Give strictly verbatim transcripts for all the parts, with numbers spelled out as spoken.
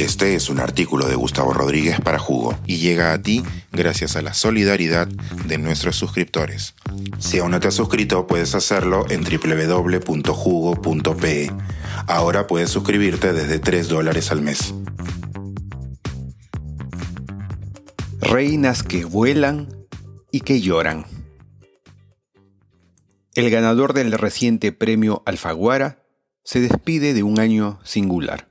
Este es un artículo de Gustavo Rodríguez para Jugo y llega a ti gracias a la solidaridad de nuestros suscriptores. Si aún no te has suscrito, puedes hacerlo en doble u doble u doble u punto jugo punto pe. Ahora puedes suscribirte desde tres dólares al mes. Reinas que vuelan y que lloran. El ganador del reciente premio Alfaguara se despide de un año singular.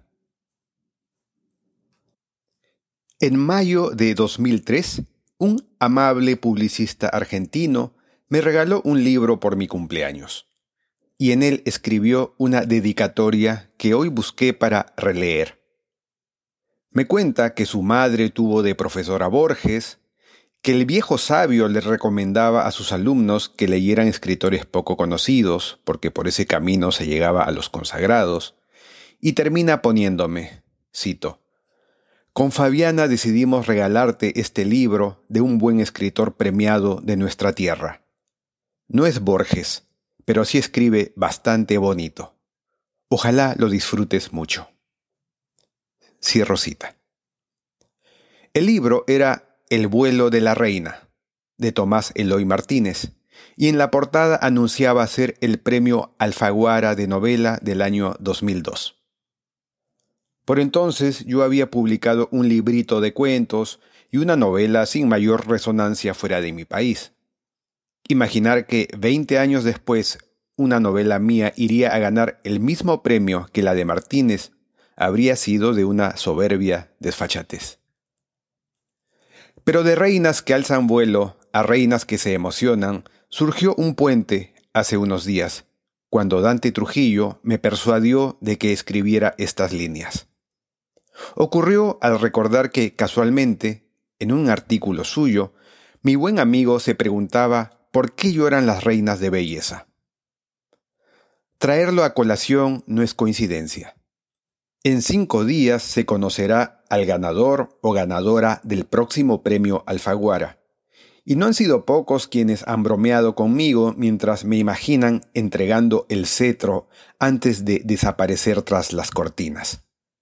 En mayo de dos mil tres, un amable publicista argentino me regaló un libro por mi cumpleaños, y en él escribió una dedicatoria que hoy busqué para releer. Me cuenta que su madre tuvo de profesora Borges, que el viejo sabio le recomendaba a sus alumnos que leyeran escritores poco conocidos, porque por ese camino se llegaba a los consagrados, y termina poniéndome, cito, «Con Fabiana decidimos regalarte este libro de un buen escritor premiado de nuestra tierra. No es Borges, pero sí escribe bastante bonito. Ojalá lo disfrutes mucho». Cierro cita. El libro era El vuelo de la reina, de Tomás Eloy Martínez, y en la portada anunciaba ser el premio Alfaguara de novela del año dos mil dos. Por entonces yo había publicado un librito de cuentos y una novela sin mayor resonancia fuera de mi país. Imaginar que veinte años después una novela mía iría a ganar el mismo premio que la de Martínez habría sido de una soberbia desfachatez. Pero de reinas que alzan vuelo a reinas que se emocionan, surgió un puente hace unos días, cuando Dante Trujillo me persuadió de que escribiera estas líneas. Ocurrió al recordar que, casualmente, en un artículo suyo, mi buen amigo se preguntaba ¿por qué lloran las reinas de belleza? Traerlo a colación no es coincidencia. En cinco días se conocerá al ganador o ganadora del próximo premio Alfaguara, y no han sido pocos quienes han bromeado conmigo mientras me imaginan entregando el cetro antes de desaparecer tras las cortinas.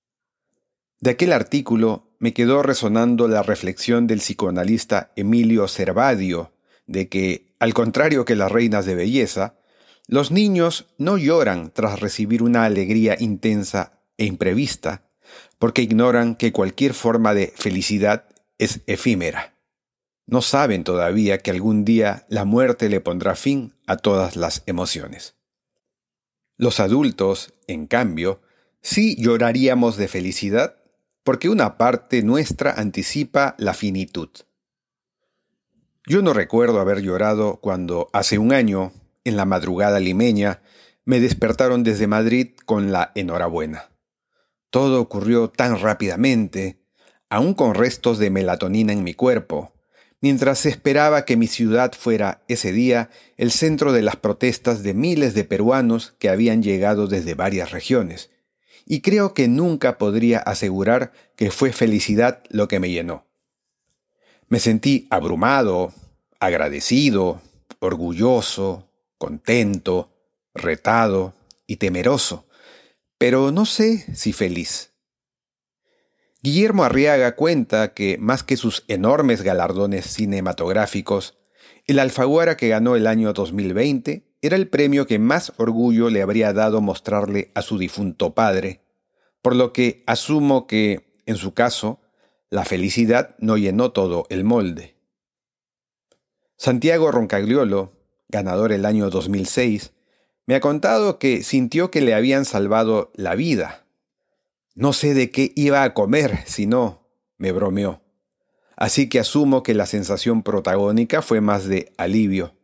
De aquel artículo me quedó resonando la reflexión del psicoanalista Emilio Servadio de que, al contrario que las reinas de belleza, los niños no lloran tras recibir una alegría intensa e imprevista, porque ignoran que cualquier forma de felicidad es efímera. No saben todavía que algún día la muerte le pondrá fin a todas las emociones. Los adultos, en cambio, sí lloraríamos de felicidad, porque una parte nuestra anticipa la finitud. Yo no recuerdo haber llorado cuando, hace un año, en la madrugada limeña, me despertaron desde Madrid con la enhorabuena. Todo ocurrió tan rápidamente, aún con restos de melatonina en mi cuerpo, mientras se esperaba que mi ciudad fuera, ese día, el centro de las protestas de miles de peruanos que habían llegado desde varias regiones, y creo que nunca podría asegurar que fue felicidad lo que me llenó. Me sentí abrumado, agradecido, orgulloso, contento, retado y temeroso, pero no sé si feliz. Guillermo Arriaga cuenta que, más que sus enormes galardones cinematográficos, el Alfaguara que ganó el año dos mil veinte era el premio que más orgullo le habría dado mostrarle a su difunto padre, por lo que asumo que, en su caso, la felicidad no llenó todo el molde. Santiago Roncagliolo, ganador el año dos mil seis, me ha contado que sintió que le habían salvado la vida. No sé de qué iba a comer, si no, me bromeó. Así que asumo que la sensación protagónica fue más de alivio.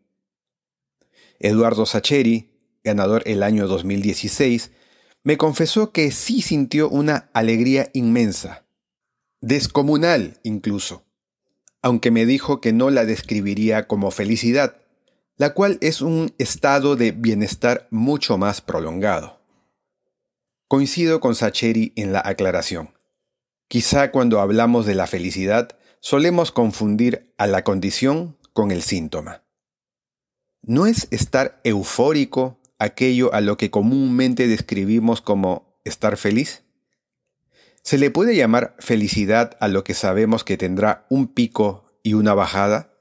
Eduardo Sacheri, ganador el año dos mil dieciséis, me confesó que sí sintió una alegría inmensa, descomunal incluso, aunque me dijo que no la describiría como felicidad, la cual es un estado de bienestar mucho más prolongado. Coincido con Sacheri en la aclaración. Quizá cuando hablamos de la felicidad solemos confundir a la condición con el síntoma. ¿No es estar eufórico aquello a lo que comúnmente describimos como estar feliz? ¿Se le puede llamar felicidad a lo que sabemos que tendrá un pico y una bajada?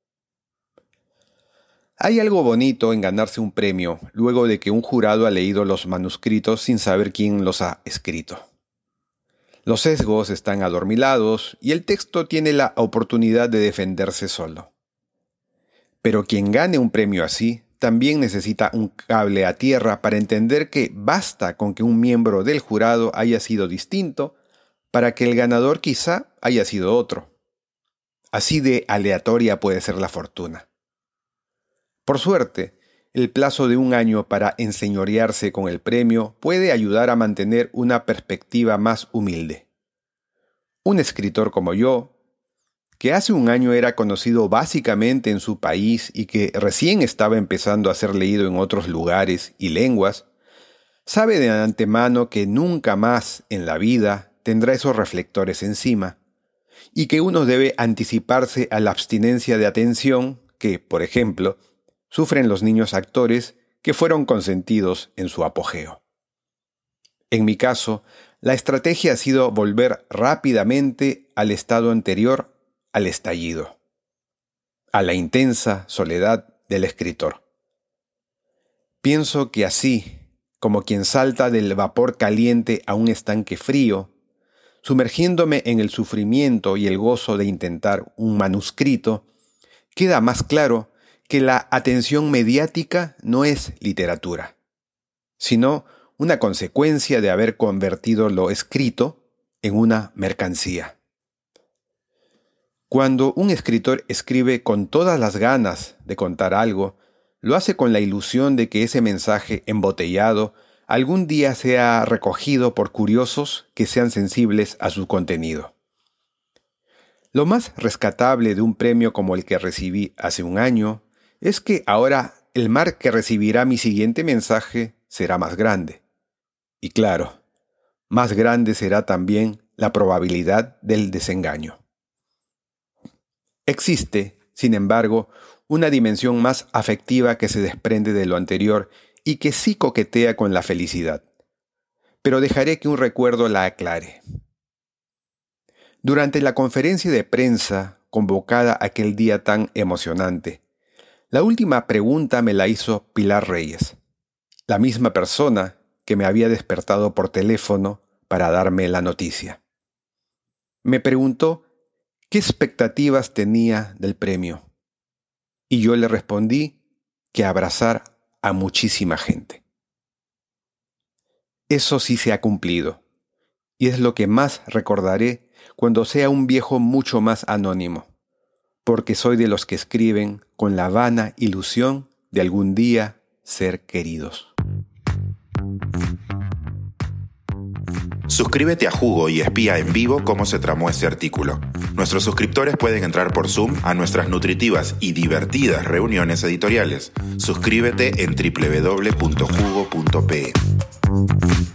Hay algo bonito en ganarse un premio luego de que un jurado ha leído los manuscritos sin saber quién los ha escrito. Los sesgos están adormilados y el texto tiene la oportunidad de defenderse solo. Pero quien gane un premio así también necesita un cable a tierra para entender que basta con que un miembro del jurado haya sido distinto para que el ganador quizá haya sido otro. Así de aleatoria puede ser la fortuna. Por suerte, el plazo de un año para enseñorearse con el premio puede ayudar a mantener una perspectiva más humilde. Un escritor como yo, que hace un año era conocido básicamente en su país y que recién estaba empezando a ser leído en otros lugares y lenguas, sabe de antemano que nunca más en la vida tendrá esos reflectores encima, y que uno debe anticiparse a la abstinencia de atención que, por ejemplo, sufren los niños actores que fueron consentidos en su apogeo. En mi caso, la estrategia ha sido volver rápidamente al estado anterior al estallido, a la intensa soledad del escritor. Pienso que así, como quien salta del vapor caliente a un estanque frío, sumergiéndome en el sufrimiento y el gozo de intentar un manuscrito, queda más claro que la atención mediática no es literatura, sino una consecuencia de haber convertido lo escrito en una mercancía. Cuando un escritor escribe con todas las ganas de contar algo, lo hace con la ilusión de que ese mensaje embotellado algún día sea recogido por curiosos que sean sensibles a su contenido. Lo más rescatable de un premio como el que recibí hace un año es que ahora el mar que recibirá mi siguiente mensaje será más grande. Y claro, más grande será también la probabilidad del desengaño. Existe, sin embargo, una dimensión más afectiva que se desprende de lo anterior y que sí coquetea con la felicidad. Pero dejaré que un recuerdo la aclare. Durante la conferencia de prensa convocada aquel día tan emocionante, la última pregunta me la hizo Pilar Reyes, la misma persona que me había despertado por teléfono para darme la noticia. Me preguntó qué expectativas tenía del premio, y yo le respondí que abrazar a muchísima gente. Eso sí se ha cumplido, y es lo que más recordaré cuando sea un viejo mucho más anónimo, porque soy de los que escriben con la vana ilusión de algún día ser queridos. Suscríbete a Jugo y espía en vivo cómo se tramó este artículo. Nuestros suscriptores pueden entrar por Zoom a nuestras nutritivas y divertidas reuniones editoriales. Suscríbete en doble u doble u doble u punto jugo punto pe e.